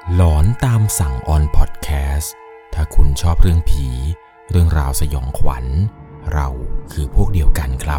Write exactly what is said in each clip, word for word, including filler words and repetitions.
หลอนตามสั่งออนพอดแคสต์ถ้าคุณชอบเรื่องผีเรื่องราวสยองขวัญเราคือพวกเดียวกันครับ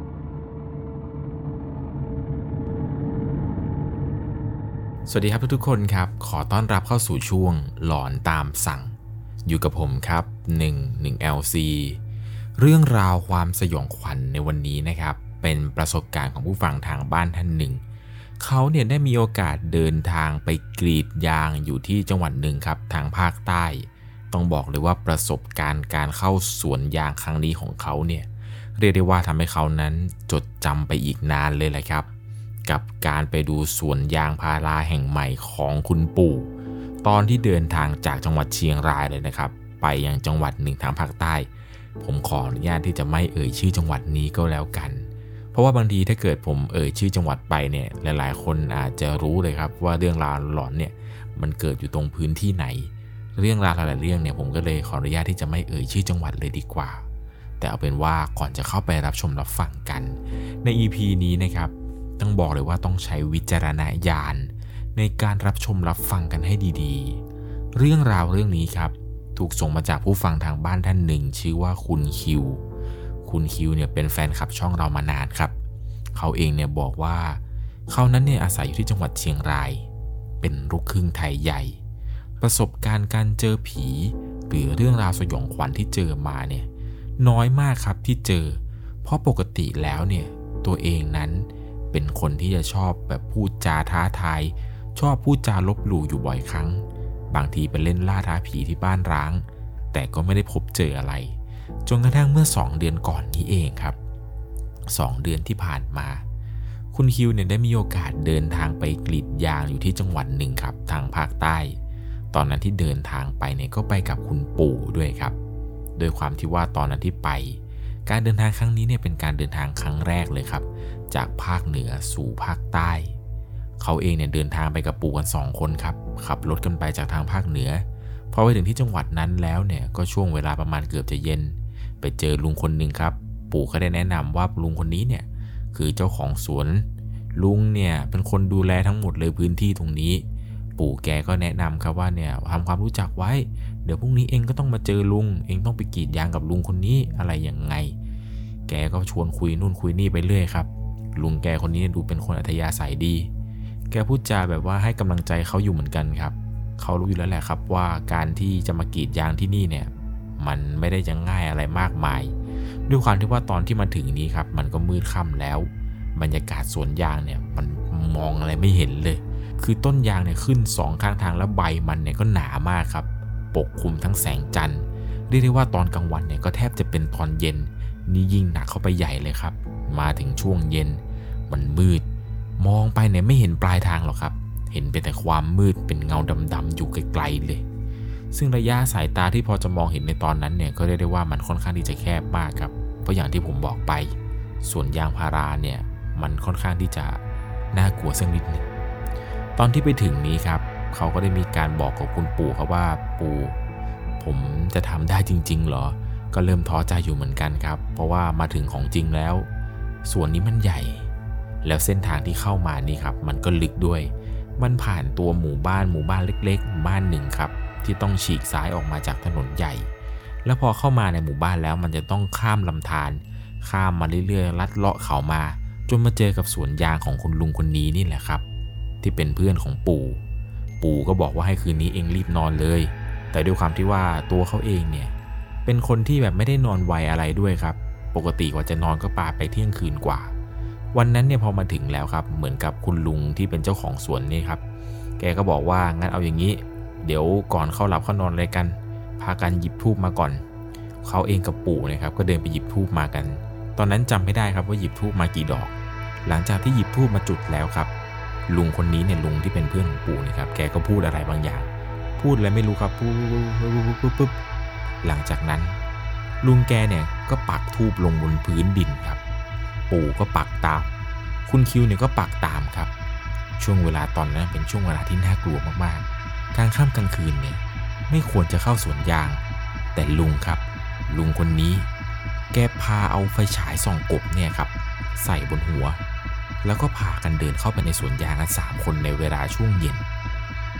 สวัสดีครับทุกๆคนครับขอต้อนรับเข้าสู่ช่วงหลอนตามสั่งอยู่กับผมครับหนึ่ง หนึ่ง แอล ซี เรื่องราวความสยองขวัญในวันนี้นะครับเป็นประสบการณ์ของผู้ฟังทางบ้านท่านหนึ่งเขาเนี่ยได้มีโอกาสเดินทางไปกรีดยางอยู่ที่จังหวัดหนึ่งครับทางภาคใต้ต้องบอกเลยว่าประสบการณ์การเข้าสวนยางครั้งนี้ของเขาเนี่ยเรียกได้ว่าทำให้เขานั้นจดจำไปอีกนานเลยแหละครับกับการไปดูสวนยางพาราแห่งใหม่ของคุณปู่ตอนที่เดินทางจากจังหวัดเชียงรายเลยนะครับไปยังจังหวัดหนึ่งทางภาคใต้ผมขออนุญาตที่จะไม่เอ่ยชื่อจังหวัดนี้ก็แล้วกันเพราะว่าบางทีถ้าเกิดผมเอ่ยชื่อจังหวัดไปเนี่ยหลายๆคนอาจจะรู้เลยครับว่าเรื่องราวหลอนเนี่ยมันเกิดอยู่ตรงพื้นที่ไหนเรื่องราวหลายๆเรื่องเนี่ยผมก็เลยขออนุญาตที่จะไม่เอ่ยชื่อจังหวัดเลยดีกว่าแต่เอาเป็นว่าก่อนจะเข้าไปรับชมรับฟังกันใน อี พี นี้นะครับต้องบอกเลยว่าต้องใช้วิจารณญาณในการรับชมรับฟังกันให้ดีๆเรื่องราวเรื่องนี้ครับถูกส่งมาจากผู้ฟังทางบ้านท่านหนึ่งชื่อว่าคุณคิวคุณคิวเนี่ยเป็นแฟนคลับช่องเรามานานครับเขาเองเนี่ยบอกว่าเขานั้นเนี่ยอาศัยอยู่ที่จังหวัดเชียงรายเป็นลูกครึ่งไทยใหญ่ประสบการณ์การเจอผีหรือเรื่องราวสยองขวัญที่เจอมาเนี่ยน้อยมากครับที่เจอเพราะปกติแล้วเนี่ยตัวเองนั้นเป็นคนที่จะชอบแบบพูดจาท้าทายชอบพูดจาลบหลู่อยู่บ่อยครั้งบางทีไปเล่นล่าท้าผีที่บ้านร้างแต่ก็ไม่ได้พบเจออะไรจนกระทั่งเมื่อสองเดือนก่อนนี้เองครับสองเดือนที่ผ่านมาคุณคิวเนี่ยได้มีโอกาสเดินทางไปกรีดยางอยู่ที่จังหวัดหนึ่งครับทางภาคใต้ตอนนั้นที่เดินทางไปเนี่ยก็ไปกับคุณปู่ด้วยครับโดยความที่ว่าตอนนั้นที่ไปการเดินทางครั้งนี้เนี่ยเป็นการเดินทางครั้งแรกเลยครับจากภาคเหนือสู่ภาคใต้เขาเองเนี่ยเดินทางไปกับปู่กันสองคนครับขับรถกันไปจากทางภาคเหนือพอไปถึงที่จังหวัดนั้นแล้วเนี่ยก็ช่วงเวลาประมาณเกือบจะเย็นไปเจอลุงคนหนึ่งครับปู่ก็ได้แนะนำว่าลุงคนนี้เนี่ยคือเจ้าของสวนลุงเนี่ยเป็นคนดูแลทั้งหมดเลยพื้นที่ตรงนี้ปู่แกก็แนะนำครับว่าเนี่ยทำความรู้จักไว้เดี๋ยวพรุ่งนี้เองก็ต้องมาเจอลุงเองต้องไปกรีดยางกับลุงคนนี้อะไรยังไงแกก็ชวนคุยนู่นคุยนี่ไปเรื่อยครับลุงแกคนนี้ดูเป็นคนอัธยาศัยดีแกพูดจาแบบว่าให้กำลังใจเขาอยู่เหมือนกันครับเขารู้อยู่แล้วแหละครับว่าการที่จะมากรีดยางที่นี่เนี่ยมันไม่ได้จะง่ายอะไรมากมายด้วยความที่ว่าตอนที่มาถึงนี้ครับมันก็มืดค่ำแล้วบรรยากาศสวนยางเนี่ยมันมองอะไรไม่เห็นเลยคือต้นยางเนี่ยขึ้นสองข้างทางแล้วใบมันเนี่ยก็หนามากครับปกคลุมทั้งแสงจันทร์เรียกได้ว่าตอนกลางวันเนี่ยก็แทบจะเป็นตอนเย็นนี่ยิ่งหนักเข้าไปใหญ่เลยครับมาถึงช่วงเย็นมันมืดมองไปเนี่ยไม่เห็นปลายทางหรอกครับเห็นเป็นแต่ความมืดเป็นเงาดำๆอยู่ไกลๆเลยซึ่งระยะสายตาที่พอจะมองเห็นในตอนนั้นเนี่ยก็เรียกได้ว่ามันค่อนข้างที่จะแคบมากครับเพราะอย่างที่ผมบอกไปสวนยางพาราเนี่ยมันค่อนข้างที่จะน่ากลัวสักนิดนึงตอนที่ไปถึงนี้ครับเขาก็ได้มีการบอกกับคุณปู่ครับว่าปู่ผมจะทำได้จริงๆเหรอก็เริ่มท้อใจอยู่เหมือนกันครับเพราะว่ามาถึงของจริงแล้วสวนนี้มันใหญ่แล้วเส้นทางที่เข้ามานี่ครับมันก็ลึกด้วยมันผ่านตัวหมู่บ้านหมู่บ้านเล็กๆหมู่บ้านหนึ่งครับที่ต้องฉีกซ้ายออกมาจากถนนใหญ่แล้วพอเข้ามาในหมู่บ้านแล้วมันจะต้องข้ามลำธารข้ามมาเรื่อยๆลัดเลาะเขามาจนมาเจอกับสวนยางของคุณลุงคนนี้นี่แหละครับที่เป็นเพื่อนของปู่ปู่ก็บอกว่าให้คืนนี้เองรีบนอนเลยแต่ด้วยความที่ว่าตัวเขาเองเนี่ยเป็นคนที่แบบไม่ได้นอนไวอะไรด้วยครับปกติกว่าจะนอนก็ปาไปเที่ยงคืนกว่าวันนั้นเนี่ยพอมาถึงแล้วครับเหมือนกับคุณลุงที่เป็นเจ้าของสวนนี่ครับแกก็บอกว่างั้นเอาอย่างนี้เดี๋ยวก่อนเข้าหลับเข้านอนอะไรกันพากันหยิบธูปมาก่อนเขาเองกับปู่นะครับก็เดินไปหยิบธูปมากันตอนนั้นจำไม่ได้ครับว่าหยิบธูปมากี่ดอกหลังจากที่หยิบธูปมาจุดแล้วครับลุงคนนี้เนี่ยลุงที่เป็นเพื่อนของปู่นี่ครับแกก็พูดอะไรบางอย่างพูดอะไรไม่รู้ครับปุ๊บปุ๊บปุ๊บหลังจากนั้นลุงแกเนี่ยก็ปักธูปลงบนพื้นดินครับปู่ก็ปักตามคุณคิวเนี่ยก็ปักตามครับช่วงเวลาตอนนั้นเป็นช่วงเวลาที่น่ากลัวมากๆกลางค่ำกลางคืนเนี่ยไม่ควรจะเข้าสวนยางแต่ลุงครับลุงคนนี้แกพาเอาไฟฉายส่องกบเนี่ยครับใส่บนหัวแล้วก็พากันเดินเข้าไปในสวนยางกันสามคนในเวลาช่วงเย็น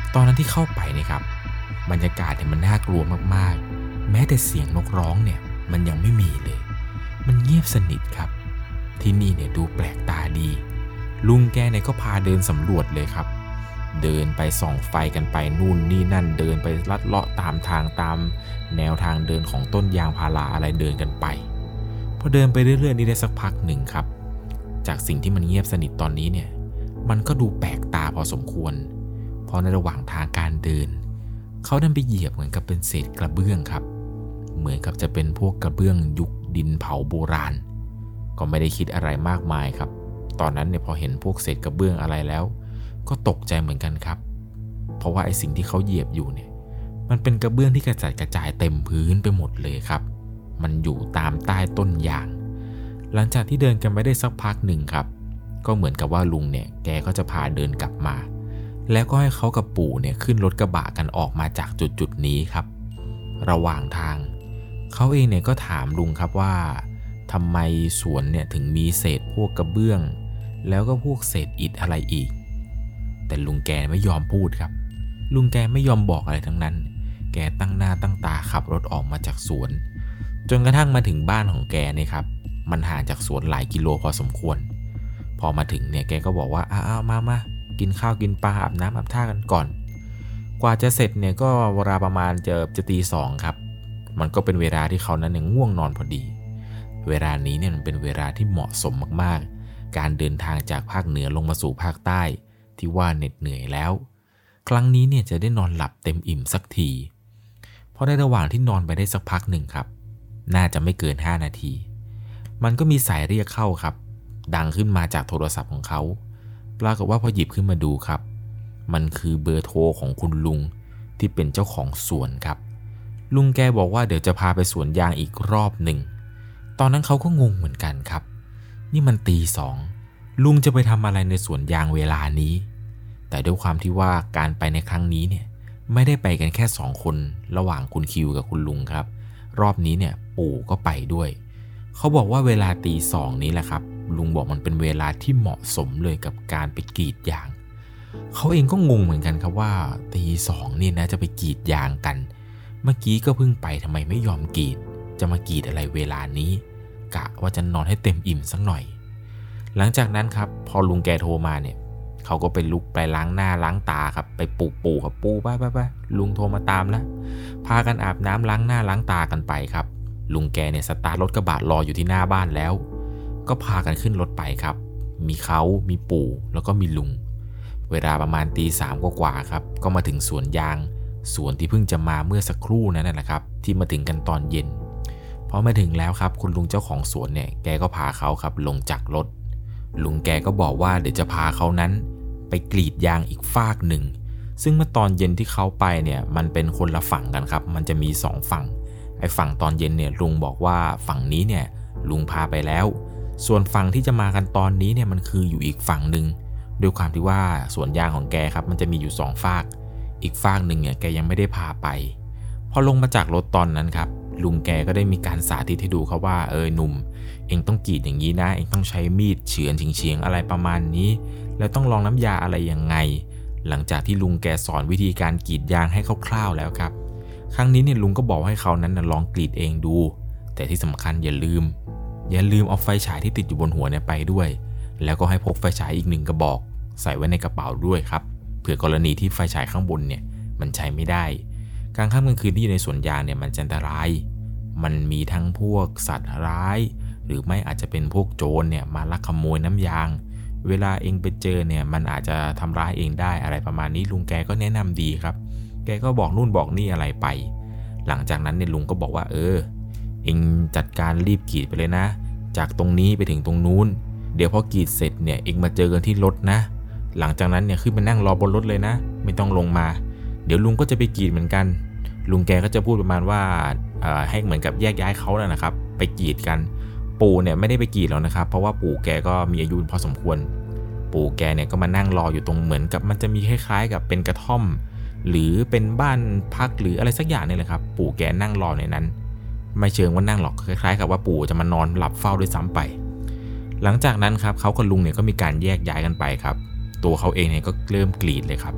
ตอนนั้นที่เข้าไปเนี่ยครับบรรยากาศเนี่ยมันน่ากลัวมากๆแม้แต่เสียงนกร้องเนี่ยมันยังไม่มีเลยมันเงียบสนิทครับที่นี่เนี่ยดูแปลกตาดีลุงแกเนี่ยก็พาเดินสำรวจเลยครับเดินไปส่องไฟกันไปนู่นนี่นั่นเดินไปลัดเลาะตามทางตามแนวทางเดินของต้นยางพาราอะไรเดินกันไปพอเดินไปเรื่อยๆนี่ได้สักพักหนึ่งครับจากสิ่งที่มันเงียบสนิทตอนนี้เนี่ยมันก็ดูแปลกตาพอสมควรเพราะในระหว่างทางการเดินเขาดันไปเหยียบเหมือนกับเป็นเศษกระเบื้องครับเหมือนกับจะเป็นพวกกระเบื้องยุคดินเผาโบราณก็ไม่ได้คิดอะไรมากมายครับตอนนั้นเนี่ยพอเห็นพวกเศษกระเบื้องอะไรแล้วก็ตกใจเหมือนกันครับเพราะว่าไอ้สิ่งที่เขาเหยียบอยู่เนี่ยมันเป็นกระเบื้องที่กระจัดกระจายเต็มพื้นไปหมดเลยครับมันอยู่ตามใต้ต้นยางหลังจากที่เดินกันไปได้สักพักหนึ่งครับก็เหมือนกับว่าลุงเนี่ยแกก็จะพาเดินกลับมาแล้วก็ให้เขากับปู่เนี่ยขึ้นรถกระบะกันออกมาจากจุดจุดนี้ครับระหว่างทางเขาเองเนี่ยก็ถามลุงครับว่าทำไมสวนเนี่ยถึงมีเศษพวกกระเบื้องแล้วก็พวกเศษอิฐอะไรอีกแต่ลุงแกไม่ยอมพูดครับลุงแกไม่ยอมบอกอะไรทั้งนั้นแกตั้งหน้าตั้งตาขับรถออกมาจากสวนจนกระทั่งมาถึงบ้านของแกเนี่ยครับมันห่างจากสวนหลายกิโลพอสมควรพอมาถึงเนี่ยแกก็บอกว่าอ้าวมามากินข้าวกินปลาอาบน้ำอาบท่ากันก่อนกว่าจะเสร็จเนี่ยก็เวลาประมาณจะจะตีสองครับมันก็เป็นเวลาที่เขานั้นเนี่ยง่วงนอนพอดีเวลานี้เนี่ยมันเป็นเวลาที่เหมาะสมมากๆการเดินทางจากภาคเหนือลงมาสู่ภาคใต้ที่ว่าเหน็ดเหนื่อยแล้วครั้งนี้เนี่ยจะได้นอนหลับเต็มอิ่มสักทีเพราะในระหว่างที่นอนไปได้สักพักหนึ่งครับน่าจะไม่เกินห้านาทีมันก็มีสายเรียกเข้าครับดังขึ้นมาจากโทรศัพท์ของเขาปรากฏว่าพอหยิบขึ้นมาดูครับมันคือเบอร์โทรของคุณลุงที่เป็นเจ้าของสวนครับลุงแกบอกว่าเดี๋ยวจะพาไปสวนยางอีกรอบหนึ่งตอนนั้นเขาก็งงเหมือนกันครับนี่มันตีสองลุงจะไปทำอะไรในสวนยางเวลานี้แต่ด้วยความที่ว่าการไปในครั้งนี้เนี่ยไม่ได้ไปกันแค่สองคนระหว่างคุณคิวกับคุณลุงครับรอบนี้เนี่ยปู่ก็ไปด้วยเขาบอกว่าเวลาตีสองนี้แหละครับลุงบอกมันเป็นเวลาที่เหมาะสมเลยกับการไปกรีดยางเขาเองก็งงเหมือนกันครับว่าตีสองนี่นะจะไปกรีดยางกันเมื่อกี้ก็เพิ่งไปทำไมไม่ยอมกรีดจะมากรีดอะไรเวลานี้กะว่าจะนอนให้เต็มอิ่มสักหน่อยหลังจากนั้นครับพอลุงแกโทรมาเนี่ยเขาก็ไปลุกไปล้างหน้าล้างตาครับไปปลุกปู่ครับปู่ไปไปไปลุงโทรมาตามแล้วพากันอาบน้ำล้างหน้าล้างตากันไปครับลุงแกเนี่ยสตาร์ทรถกระบะรออยู่ที่หน้าบ้านแล้วก็พากันขึ้นรถไปครับมีเขามีปู่แล้วก็มีลุงเวลาประมาณตีสามกว่าๆครับก็มาถึงสวนยางสวนที่เพิ่งจะมาเมื่อสักครู่นั้นนะครับที่มาถึงกันตอนเย็นพอมาถึงแล้วครับคุณลุงเจ้าของสวนเนี่ยแกก็พาเขาครับลงจากรถลุงแกก็บอกว่าเดี๋ยวจะพาเขานั้นไปกรีดยางอีกฟากหนึ่งซึ่งเมื่อตอนเย็นที่เขาไปเนี่ยมันเป็นคนละฝั่งกันครับมันจะมีสองฝั่งไอ้ฝั่งตอนเย็นเนี่ยลุงบอกว่าฝั่งนี้เนี่ยลุงพาไปแล้วส่วนฝั่งที่จะมากันตอนนี้เนี่ยมันคืออยู่อีกฝั่งหนึ่งด้วยความที่ว่าสวนยางของแกครับมันจะมีอยู่สองฝากอีกฝากหนึ่งเนี่ยแกยังไม่ได้พาไปพอลงมาจากรถตอนนั้นครับลุงแกก็ได้มีการสาธิตให้ดูครับว่าเออหนุ่มเองต้องกรีดอย่างนี้นะเองต้องใช้มีดเฉือนเฉียงๆอะไรประมาณนี้แล้วต้องลองน้ำยาอะไรยังไงหลังจากที่ลุงแกสอนวิธีการกรีดยางให้คร่าวๆแล้วครับครั้งนี้เนี่ยลุงก็บอกให้เขานั้นนะลองกรีดเองดูแต่ที่สำคัญอย่าลืมอย่าลืมเอาไฟฉายที่ติดอยู่บนหัวเนี่ยไปด้วยแล้วก็ให้พกไฟฉายอีกหนึ่งกระบอกใส่ไว้ในกระเป๋าด้วยครับเผื่อกรณีที่ไฟฉายข้างบนเนี่ยมันใช้ไม่ได้กลางค่ำกลางคืนที่อยู่ในสวนยางเนี่ยมันอันตรายมันมีทั้งพวกสัตว์ร้ายหรือไม่อาจจะเป็นพวกโจรเนี่ยมาลักขโมยน้ำยางเวลาเองไปเจอเนี่ยมันอาจจะทำร้ายเองได้อะไรประมาณนี้ลุงแกก็แนะนำดีครับแกก็บอกนู่นบอกนี่อะไรไปหลังจากนั้นเนี่ยลุงก็บอกว่าเออเองจัดการรีบกรีดไปเลยนะจากตรงนี้ไปถึงตรงนู้นเดี๋ยวพอกรีดเสร็จเนี่ยเองมาเจอกันที่รถนะหลังจากนั้นเนี่ยขึ้นมานั่งรอบนรถเลยนะไม่ต้องลงมาเดี๋ยวลุงก็จะไปกรีดเหมือนกันลุงแกก็จะพูดประมาณว่าให้เหมือนกับแยกย้ายเขาแล้วนะครับไปกรีดกันปู่เนี่ยไม่ได้ไปกรีดแล้วนะครับเพราะว่าปู่แกก็มีอายุพอสมควรปู่แกเนี่ยก็มานั่งรออยู่ตรงเหมือนกับมันจะมีคล้ายๆกับเป็นกระท่อมหรือเป็นบ้านพักหรืออะไรสักอย่างนี่แหละครับปู่แกนั่งรอในนั้นไม่เชิงว่านั่งหรอกคล้ายๆกับว่าปู่จะมานอนหลับเฝ้าด้วยซ้ำไปหลังจากนั้นครับเขากับลุงเนี่ยก็มีการแยกย้ายกันไปครับตัวเขาเองเนี่ยก็เริ่มกรีดเลยครับ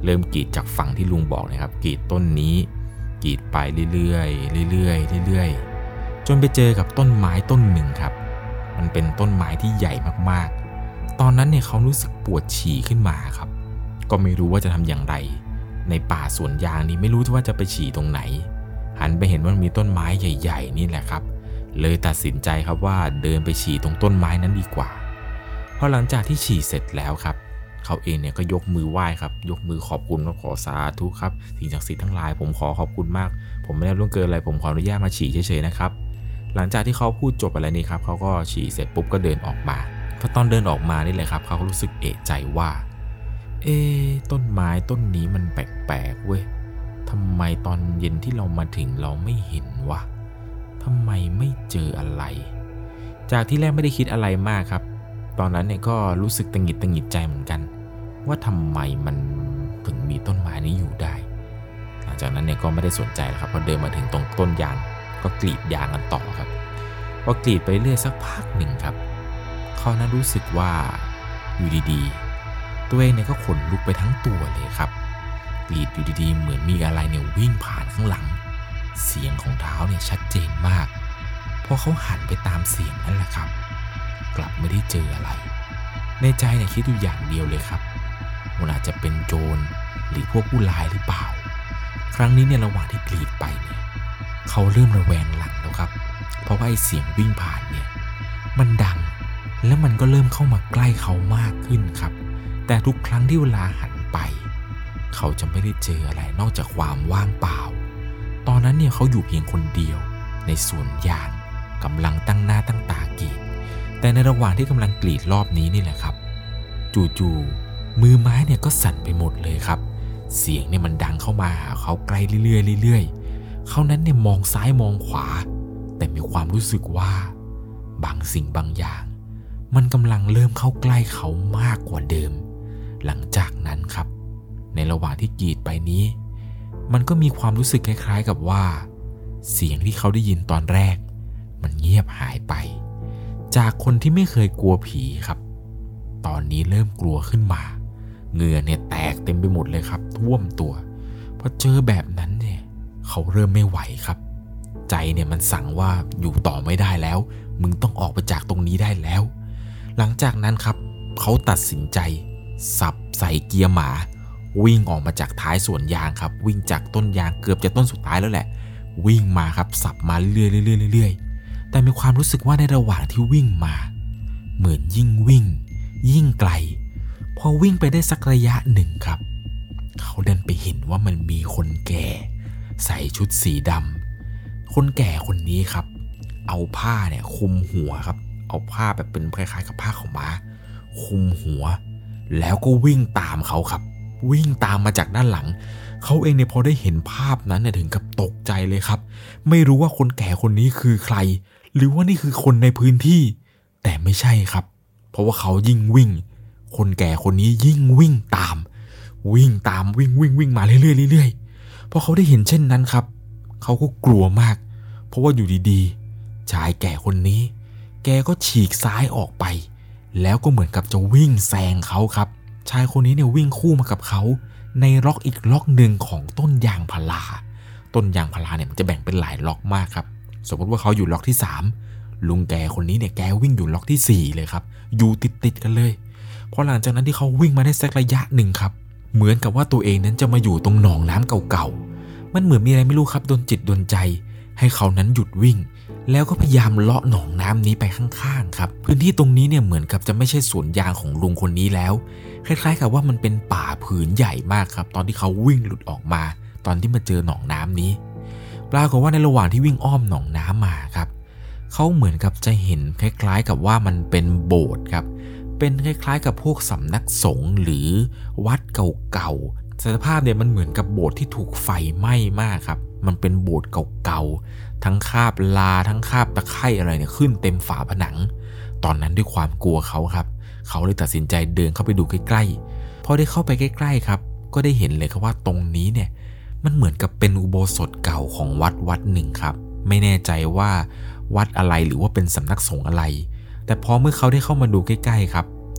เริ่มกรีดจากฝั่งที่ลุงบอกนะครับกรีดต้นนี้กรีดไปเรื่อยๆเรื่อยๆเรื่อยๆจนไปเจอกับต้นไม้ต้นหนึ่งครับมันเป็นต้นไม้ที่ใหญ่มากๆตอนนั้นเนี่ยเขารู้สึกปวดฉี่ขึ้นมาครับก็ไม่รู้ว่าจะทำอย่างไรในป่าสวนยางนี้ไม่รู้ว่าจะไปฉี่ตรงไหนหันไปเห็นว่ามีต้นไม้ใหญ่ๆนี่แหละครับเลยตัดสินใจครับว่าเดินไปฉี่ตรงต้นไม้นั้นดีกว่าพอหลังจากที่ฉี่เสร็จแล้วครับเขาเองเนี่ยก็ยกมือไหว้ครับยกมือขอบคุณว่าขอสาธุครับสิ่งศักดิ์สิทธิ์ทั้งหลายผมขอขอบคุณมากผมไม่ได้ล่วงเกินอะไรผมขออนุญาตมาฉี่เฉยๆนะครับหลังจากที่เขาพูดจบอะไรนี่ครับเขาก็ฉี่เสร็จปุ๊บก็เดินออกมาพอตอนเดินออกมานี่แหละครับเขารู้สึกเอะใจว่าเอ๊ะต้นไม้ต้นนี้มันแปลกๆเว้ยทำไมตอนเย็นที่เรามาถึงเราไม่เห็นวะทำไมไม่เจออะไรจากที่แรกไม่ได้คิดอะไรมากครับตอนนั้นเนี่ยก็รู้สึกตังหงิดตังหงิดใจเหมือนกันว่าทำไมมันถึงมีต้นไม้นี้อยู่ได้หลังจากนั้นเนี่ยก็ไม่ได้สนใจแล้วครับพอเดินมาถึงตรงต้นยางก็กรีดยางกันต่อครับพอกรีดไปเรื่อยสักพักหนึ่งครับเขานั้นรู้สึกว่าอยู่ดีๆตัวเองเนี่ยก็ขนลุกไปทั้งตัวเลยครับกรีดอยู่ดีๆเหมือนมีอะไรเนี่ยวิ่งผ่านข้างหลังเสียงของเท้าเนี่ยชัดเจนมากพอเขาหันไปตามเสียงนั่นแหละครับกลับไม่ได้เจออะไรในใจเนี่ยคิดอยู่อย่างเดียวเลยครับมันอาจจะเป็นโจรหรือพวกผู้ร้ายหรือเปล่าครั้งนี้เนี่ยระหว่างที่กรีดไปเนี่ยเขาเริ่มระแวงหลังแล้วครับเพราะว่าไอ้เสียงวิ่งผ่านเนี่ยมันดังและมันก็เริ่มเข้ามาใกล้เขามากขึ้นครับแต่ทุกครั้งที่เวลาหันไปเขาจะไม่ได้เจออะไรนอกจากความว่างเปล่าตอนนั้นเนี่ยเขาอยู่เพียงคนเดียวในสวนยางกำลังตั้งหน้าตั้งตากรีดแต่ในระหว่างที่กำลังกรีดรอบนี้นี่แหละครับจู่ๆมือไม้เนี่ยก็สั่นไปหมดเลยครับเสียงเนี่ยมันดังเข้ามาหาเขาใกล้เรื่อยๆเรื่อยๆเขานั้นเนี่ยมองซ้ายมองขวาแต่มีความรู้สึกว่าบางสิ่งบางอย่างมันกำลังเริ่มเข้าใกล้เขามากกว่าเดิมหลังจากนั้นครับในระหว่างที่กรีดไปนี้มันก็มีความรู้สึกคล้ายๆกับว่าเสียงที่เขาได้ยินตอนแรกมันเงียบหายไปจากคนที่ไม่เคยกลัวผีครับตอนนี้เริ่มกลัวขึ้นมาเหงื่อเนี่ยแตกเต็มไปหมดเลยครับท่วมตัวพอเจอแบบนั้นเนี่ยเขาเริ่มไม่ไหวครับใจเนี่ยมันสั่งว่าอยู่ต่อไม่ได้แล้วมึงต้องออกไปจากตรงนี้ได้แล้วหลังจากนั้นครับเขาตัดสินใจสับใส่เกียร์หมาวิ่งออกมาจากท้ายสวนยางครับวิ่งจากต้นยางเกือบจะต้นสุดท้ายแล้วแหละวิ่งมาครับสับมาเรื่อยๆเรื่อยๆแต่มีความรู้สึกว่าในระหว่างที่วิ่งมาเหมือนยิ่งวิ่งยิ่งไกลพอวิ่งไปได้สักระยะหนึ่งครับเขาเดินไปเห็นว่ามันมีคนแก่ใส่ชุดสีดำคนแก่คนนี้ครับเอาผ้าเนี่ยคลุมหัวครับเอาผ้าแบบเป็นคล้ายๆกับผ้าขาวม้าคลุมหัวแล้วก็วิ่งตามเขาครับวิ่งตามมาจากด้านหลังเขาเองเนี่ยพอได้เห็นภาพนั้นเนี่ยถึงกับตกใจเลยครับไม่รู้ว่าคนแก่คนนี้คือใครหรือว่านี่คือคนในพื้นที่แต่ไม่ใช่ครับเพราะว่าเขายิ่งวิ่งคนแก่คนนี้ยิ่งวิ่งตามวิ่งตามวิ่งวิ่งวิ่งมาเรื่อยๆเรื่อยๆพอเขาได้เห็นเช่นนั้นครับเขาก็กลัวมากเพราะว่าอยู่ดีๆชายแก่คนนี้แกก็ฉีกซ้ายออกไปแล้วก็เหมือนกับจะวิ่งแซงเขาครับชายคนนี้เนี่ยวิ่งคู่มากับเขาในล็อกอีกล็อกหนึ่งของต้นยางพาราต้นยางพาราเนี่ยมันจะแบ่งเป็นหลายล็อกมากครับสมมติว่าเขาอยู่ล็อกที่สามลุงแกคนนี้เนี่ยแกวิ่งอยู่ล็อกที่สี่เลยครับอยู่ติดๆกันเลยพอหลังจากนั้นที่เขาวิ่งมาได้สักระยะหนึ่งครับเหมือนกับว่าตัวเองนั้นจะมาอยู่ตรงหนองน้ำเก่าๆมันเหมือนมีอะไรไม่รู้ครับโดนจิตโดนใจให้เขานั้นหยุดวิ่งแล้วก็พยายามเลาะหนองน้ำนี้ไปข้างๆครับพื้นที่ตรงนี้เนี่ยเหมือนกับจะไม่ใช่สวนยางของลุงคนนี้แล้วคล้ายๆกับว่ามันเป็นป่าผืนใหญ่มากครับตอนที่เขาวิ่งหลุดออกมาตอนที่มาเจอหนองน้ำนี้ปรากฏว่าในระหว่างที่วิ่งอ้อมหนองน้ำมาครับเขาเหมือนกับจะเห็นคล้ายๆกับว่ามันเป็นโบสถ์ครับเป็นคล้ายๆกับพวกสำนักสงฆ์หรือวัดเก่าๆสภาพเนี่ยมันเหมือนกับโบสถ์ที่ถูกไฟไหม้มากครับมันเป็นโบสถ์เก่าๆทั้งคราบลาทั้งคราบตะไคร่อะไรเนี่ยขึ้นเต็มฝาผนังตอนนั้นด้วยความกลัวเขาครับเขาเลยตัดสินใจเดินเข้าไปดูใกล้ๆพอได้เข้าไปใกล้ๆครับก็ได้เห็นเลยครับว่าตรงนี้เนี่ยมันเหมือนกับเป็นอุโบสถเก่าของวัดวัดหนึ่งครับไม่แน่ใจว่าวัดอะไรหรือว่าเป็นสำนักสงฆ์อะไรแต่พอเมื่อเขาได้เข้ามาดูใกล้ๆครับ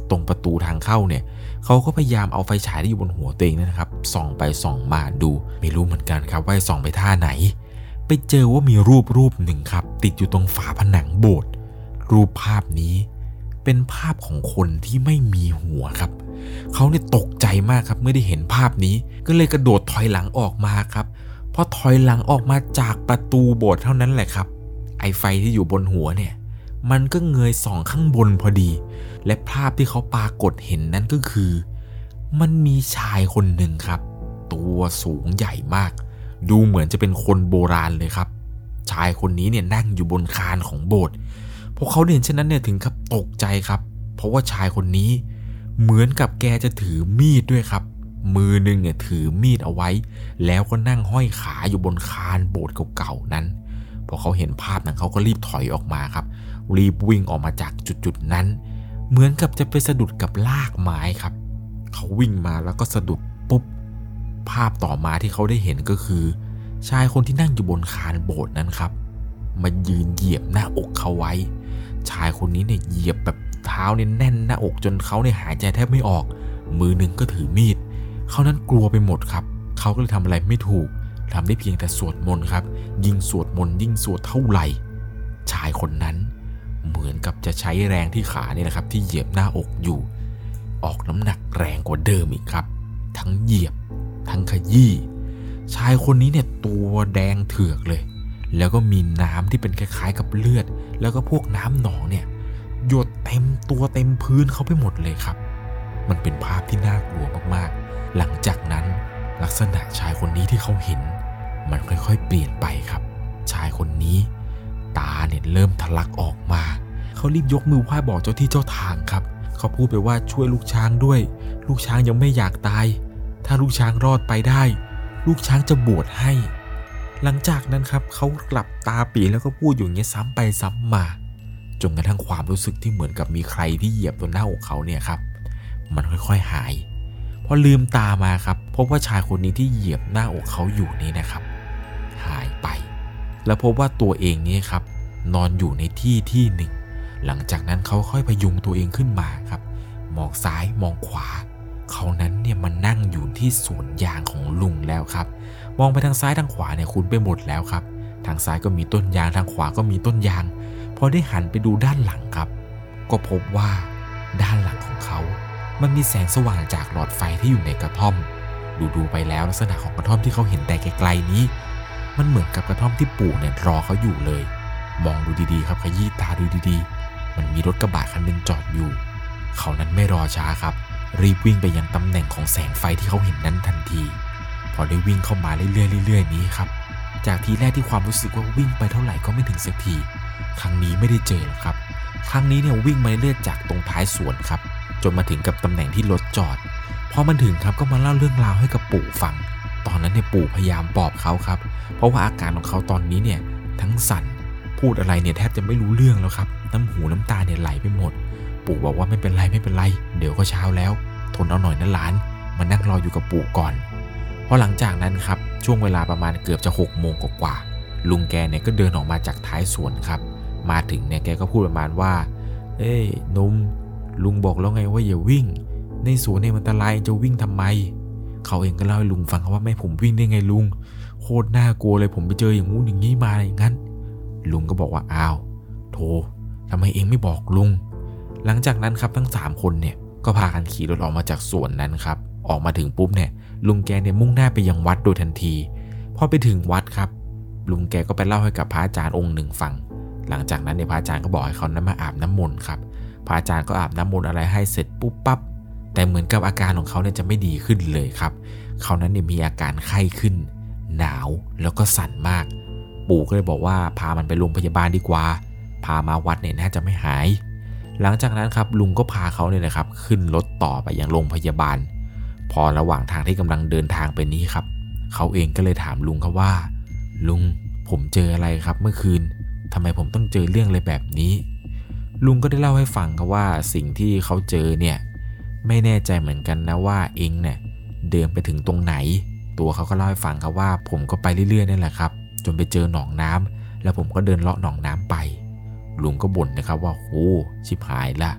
ตรงประตูทางเข้าเนี่ยเขาก็พยายามเอาไฟฉายที่อยู่บนหัวตัวเองนะครับส่องไปส่องมาดูไม่รู้เหมือนกันครับว่าส่องไปท่าไหนไปเจอว่ามีรูปรูปหนึ่งครับติดอยู่ตรงฝาผนังโบสถ์รูปภาพนี้เป็นภาพของคนที่ไม่มีหัวครับเขาเนี่ยตกใจมากครับเมื่อได้เห็นภาพนี้ก็เลยกระโดดถอยหลังออกมาครับพอถอยหลังออกมาจากประตูโบสถ์เท่านั้นแหละครับไอไฟที่อยู่บนหัวเนี่ยมันก็เงยส่องข้างบนพอดีและภาพที่เขาปรากฏเห็นนั้นก็คือมันมีชายคนหนึ่งครับตัวสูงใหญ่มากดูเหมือนจะเป็นคนโบราณเลยครับชายคนนี้เนี่ยนั่งอยู่บนคานของโบสถ์พอเขาเห็นเช่นนั้นเนี่ยถึงกับตกใจครับเพราะว่าชายคนนี้เหมือนกับแกจะถือมีดด้วยครับมือนึงเนี่ยถือมีดเอาไว้แล้วก็นั่งห้อยขาอยู่บนคานโบสถ์เก่าๆนั้นพอเขาเห็นภาพนั้นเขาก็รีบถอยออกมาครับรีบวิ่งออกมาจากจุดๆนั้นเหมือนกับจะไปสะดุดกับรากไม้ครับเขาวิ่งมาแล้วก็สะดุดปุ๊บภาพต่อมาที่เขาได้เห็นก็คือชายคนที่นั่งอยู่บนคานโบสถ์นั้นครับมายืนเหยียบหน้าอกเขาไว้ชายคนนี้เนี่ยเหยียบแบบเท้าเนี่ยแน่นหน้าอกจนเขาเนี่ยหายใจแทบไม่ออกมือหนึ่งก็ถือมีดเขานั้นกลัวไปหมดครับเขาก็เลยทำอะไรไม่ถูกทำได้เพียงแต่สวดมนต์ครับยิ่งสวดมนต์ยิ่งสวดเท่าไหร่ชายคนนั้นเหมือนกับจะใช้แรงที่ขาเนี่ยนะครับที่เหยียบหน้าอกอยู่ออกน้ำหนักแรงกว่าเดิมอีกครับทั้งเหยียบทั้งขยี้ชายคนนี้เนี่ยตัวแดงเถือกเลยแล้วก็มีน้ำที่เป็นคล้ายๆกับเลือดแล้วก็พวกน้ำหนองเนี่ยหยดเต็มตัวเต็มพื้นเขาไปหมดเลยครับมันเป็นภาพที่น่ากลัวมากๆหลังจากนั้นลักษณะชายคนนี้ที่เขาเห็นมันค่อยๆเปลี่ยนไปครับชายคนนี้ตาเนี่ยเริ่มทะลักออกมาเขารีบยกมือไหว้บอกเจ้าที่เจ้าทางครับเขาพูดไปว่าช่วยลูกช้างด้วยลูกช้างยังไม่อยากตายถ้าลูกช้างรอดไปได้ลูกช้างจะบวชให้หลังจากนั้นครับเขากลับตาปีแล้วก็พูดอยู่อย่างนี้ซ้ำไปซ้ำมาจนกระทั่งความรู้สึกที่เหมือนกับมีใครที่เหยียบตัวหน้าอกเขาเนี่ยครับมันค่อยๆหายพอลืมตามาครับพบว่าชายคนนี้ที่เหยียบหน้าอกเขาอยู่นี่นะครับหายไปแล้วพบว่าตัวเองนี่ครับนอนอยู่ในที่ที่หนึ่งหลังจากนั้นเขาค่อยพยุงตัวเองขึ้นมาครับมองซ้ายมองขวาเขานั้นเนี่ยมันนั่งอยู่ที่สวนยางของลุงแล้วครับมองไปทางซ้ายทางขวาเนี่ยคุ้นไปหมดแล้วครับทางซ้ายก็มีต้นยางทางขวาก็มีต้นยางพอได้หันไปดูด้านหลังครับก็พบว่าด้านหลังของเขามันมีแสงสว่างจากหลอดไฟที่อยู่ในกระท่อมดูๆไปแล้วลักษณะของกระท่อมที่เขาเห็นแต่ไกลๆนี้มันเหมือนกับกระท่อมที่ปู่เนี่ยรอเขาอยู่เลยมองดูดีๆครับขยี้ตาดูดีๆมันมีรถกระบะคันนึงจอดอยู่เขานั้นไม่รอช้าครับรีบวิ่งไปยังตำแหน่งของแสงไฟที่เขาเห็นนั้นทันทีพอได้วิ่งเข้ามาเรื่อยๆเรื่อยๆนี้ครับจากทีแรกที่ความรู้สึกว่าวิ่งไปเท่าไหร่ก็ไม่ถึงสักทีครั้งนี้ไม่ได้เจอหรอกครับครั้งนี้เนี่ยวิ่งมาเรื่อยๆจากตรงท้ายสวนครับจนมาถึงกับตำแหน่งที่รถจอดพอมันถึงครับก็มาเล่าเรื่องราวให้กับปู่ฟังตอนนั้นเนี่ยปู่พยายามปลอบเขาครับเพราะว่าอาการของเขาตอนนี้เนี่ยทั้งสั่นพูดอะไรเนี่ยแทบจะไม่รู้เรื่องแล้วครับน้ำหูน้ำตาเนี่ยไหลไปหมดปู่บอกว่าไม่เป็นไรไม่เป็นไรเดี๋ยวก็เช้าแล้วทนเอาหน่อยนะหลานมานั่งรออยู่กับปู่ก่อนพอหลังจากนั้นครับช่วงเวลาประมาณเกือบจะหกโมงกว่าๆลุงแกเนี่ยก็เดินออกมาจากท้ายสวนครับมาถึงเนี่ยแกก็พูดประมาณว่าเอ้ยนุ่มลุงบอกแล้วไงว่าอย่าวิ่งในสวนเนี่ยมันอันตรายจะวิ่งทำไมเขาเองก็เล่าให้ลุงฟังว่าแม่ผมวิ่งได้ไงลุงโคตรน่ากลัวเลยผมไปเจออย่างงู้นอย่างงี้มาอย่างนั้นลุงก็บอกว่าอ้าวโธ่ทำไมเองไม่บอกลุงหลังจากนั้นครับทั้งสามคนเนี่ยก็พากันขี่รถออกมาจากสวนนั้นครับออกมาถึงปุ๊บเนี่ยลุงแกเนี่ยมุ่งหน้าไปยังวัดโดยทันทีพอไปถึงวัดครับลุงแกก็ไปเล่าให้กับพระอาจารย์องค์หนึ่งฟังหลังจากนั้นเนี่ยพระอาจารย์ก็บอกให้เขานั้นมาอาบน้ำมนต์ครับพระอาจารย์ก็อาบน้ำมนต์อะไรให้เสร็จปุ๊บปั๊บแต่เหมือนกับอาการของเขาเนี่ยจะไม่ดีขึ้นเลยครับเขานั้นเนี่ยมีอาการไข้ขึ้นหนาวแล้วก็สั่นมากปู่ก็เลยบอกว่าพามันไปโรงพยาบาลดีกว่าพามาวัดเนี่ยน่าจะไม่หายหลังจากนั้นครับลุงก็พาเขาเนี่ยนะครับขึ้นรถต่อไปยังโรงพยาบาลพอระหว่างทางที่กำลังเดินทางไปนี้ครับเขาเองก็เลยถามลุงครับว่าลุงผมเจออะไรครับเมื่อคืนทำไมผมต้องเจอเรื่องอะไรแบบนี้ลุงก็ได้เล่าให้ฟังครับว่าสิ่งที่เขาเจอเนี่ยไม่แน่ใจเหมือนกันนะว่าเองเนี่ยเดินไปถึงตรงไหนตัวเขาก็เล่าให้ฟังครับว่าผมก็ไปเรื่อยๆนั่นแหละครับจนไปเจอหนองน้ำแล้วผมก็เดินเลาะหนองน้ำไปลุงก็บ่นนะครับว่าโอ้ชิบหายละ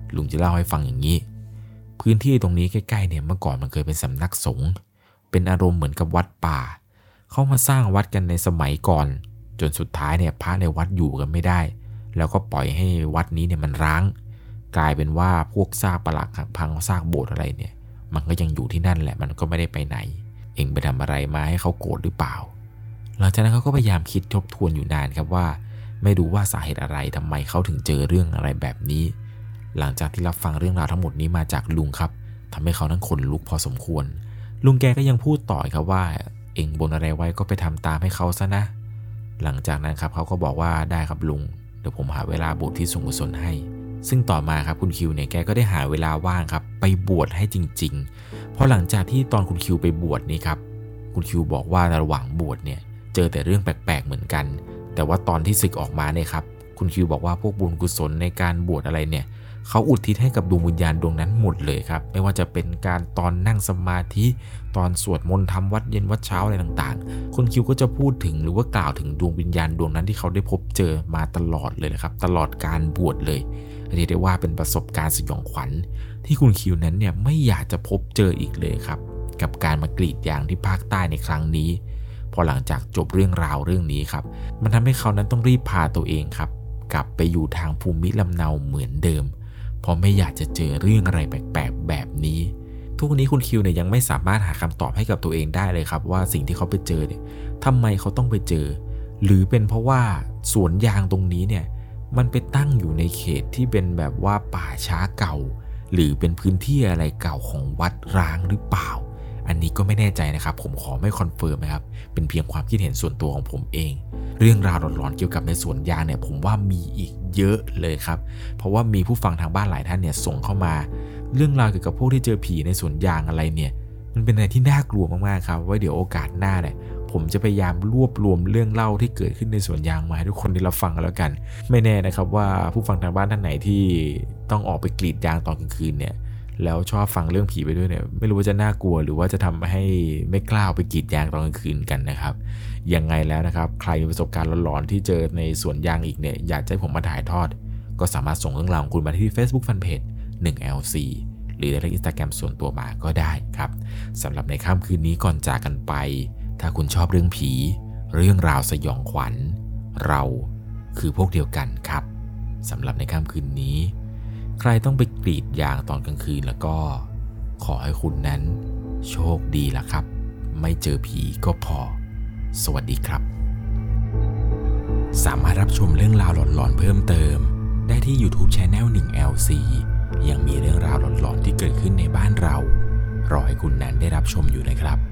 ลุงจะเล่าให้ฟังอย่างนี้พื้นที่ตรงนี้ใกล้ๆเนี่ยเมื่อก่อนมันเคยเป็นสำนักสงฆ์เป็นอารมณ์เหมือนกับวัดป่าเขามาสร้างวัดกันในสมัยก่อนจนสุดท้ายเนี่ยพระในวัดอยู่กันไม่ได้แล้วก็ปล่อยให้วัดนี้เนี่ยมันร้างกลายเป็นว่าพวกซากปรักหักพังซากโบสถ์อะไรเนี่ยมันก็ยังอยู่ที่นั่นแหละมันก็ไม่ได้ไปไหนเอ็งไปทำอะไรมาให้เขาโกรธหรือเปล่าหลังจากนั้นเขาก็พยายามคิดทบทวนอยู่นานครับว่าไม่รู้ว่าสาเหตุอะไรทำไมเขาถึงเจอเรื่องอะไรแบบนี้หลังจากที่รับฟังเรื่องราวทั้งหมดนี้มาจากลุงครับทำให้เขานั้นขนลุกพอสมควรลุงแกก็ยังพูดต่อครับว่าเอ็งบนอะไรไว้ก็ไปทำตามให้เขาซะนะหลังจากนั้นครับเขาก็บอกว่าได้ครับลุงเดี๋ยวผมหาเวลาบวชที่ส่วนกุศลให้ซึ่งต่อมาครับคุณคิวเนี่ยแกก็ได้หาเวลาว่างครับไปบวชให้จริงๆเพราะหลังจากที่ตอนคุณคิวไปบวชนี่ครับคุณคิวบอกว่าระหว่างบวชเนี่ยเจอแต่เรื่องแปลกๆเหมือนกันแต่ว่าตอนที่ศึกออกมาเนี่ยครับคุณคิวบอกว่าพวกบุญกุศลในการบวชอะไรเนี่ยเขาอุทิศให้กับดวงวิญญาณดวงนั้นหมดเลยครับไม่ว่าจะเป็นการตอนนั่งสมาธิตอนสวดมนต์ทำวัดเย็นวัดเช้าอะไรต่างๆคุณคิวก็จะพูดถึงหรือว่ากล่าวถึงดวงวิญญาณดวงนั้นที่เขาได้พบเจอมาตลอดเลยนะครับตลอดการบวชเลยเรียกได้ว่าเป็นประสบการณ์สยองขวัญที่คุณคิวนั้นเนี่ยไม่อยากจะพบเจออีกเลยครับกับการมากรีดยางที่ภาคใต้ในครั้งนี้พอหลังจากจบเรื่องราวเรื่องนี้ครับมันทำให้เขานั้นต้องรีบพาตัวเองครับกลับไปอยู่ทางภูมิลำเนาเหมือนเดิมเพราะไม่อยากจะเจอเรื่องอะไรแปลกๆแบบนี้ทุกวันนี้คุณคิวเนี่ยยังไม่สามารถหาคำตอบให้กับตัวเองได้เลยครับว่าสิ่งที่เขาไปเจอเนี่ยทำไมเขาต้องไปเจอหรือเป็นเพราะว่าสวนยางตรงนี้เนี่ยมันไปตั้งอยู่ในเขตที่เป็นแบบว่าป่าช้าเก่าหรือเป็นพื้นที่อะไรเก่าของวัดร้างหรือเปล่าอันนี้ก็ไม่แน่ใจนะครับผมขอไม่คอนเฟิร์มนะครับเป็นเพียงความคิดเห็นส่วนตัวของผมเองเรื่องราวหลอนๆเกี่ยวกับในสวนยางเนี่ยผมว่ามีอีกเยอะเลยครับเพราะว่ามีผู้ฟังทางบ้านหลายท่านเนี่ยส่งเข้ามาเรื่องราวเกี่ยวกับพวกที่เจอผีในสวนยางอะไรเนี่ยมันเป็นอะไรที่น่ากลัวมากๆครับไว้เดี๋ยวโอกาสหน้าเนี่ยผมจะพยายามรวบรวมเรื่องเล่าที่เกิดขึ้นในสวนยางมาให้ทุกคนได้รับฟังกันแล้วกันไม่แน่นะครับว่าผู้ฟังทางบ้านท่านไหนที่ต้องออกไปกรีดยางตอนกลางคืนเนี่ยแล้วชอบฟังเรื่องผีไปด้วยเนี่ยไม่รู้ว่าจะน่ากลัวหรือว่าจะทำให้ไม่กล้าไปกรีดยางตอนกลางคืนกันนะครับยังไงแล้วนะครับใครมีประสบการณ์หลอนๆที่เจอในสวนยางอีกเนี่ยอยากให้ผมมาถ่ายทอดก็สามารถส่งเรื่องราวของคุณมาที่ Facebook Fanpage หนึ่ง แอล ซี หรือใน Instagram ส่วนตัวมาก็ได้ครับสำหรับในค่ำคืนนี้ก่อนจากกันไปถ้าคุณชอบเรื่องผีเรื่องราวสยองขวัญเราคือพวกเดียวกันครับสำหรับในค่ำคืนนี้ใครต้องไปกรีดยางตอนกลางคืนแล้วก็ขอให้คุณนั้นโชคดีล่ะครับไม่เจอผีก็พอสวัสดีครับสามารถรับชมเรื่องราวหลอนๆเพิ่มเติมได้ที่ YouTube Channel หนึ่ง แอล ซี ยังมีเรื่องราวหลอนๆที่เกิดขึ้นในบ้านเรารอให้คุณนั้นได้รับชมอยู่นะครับ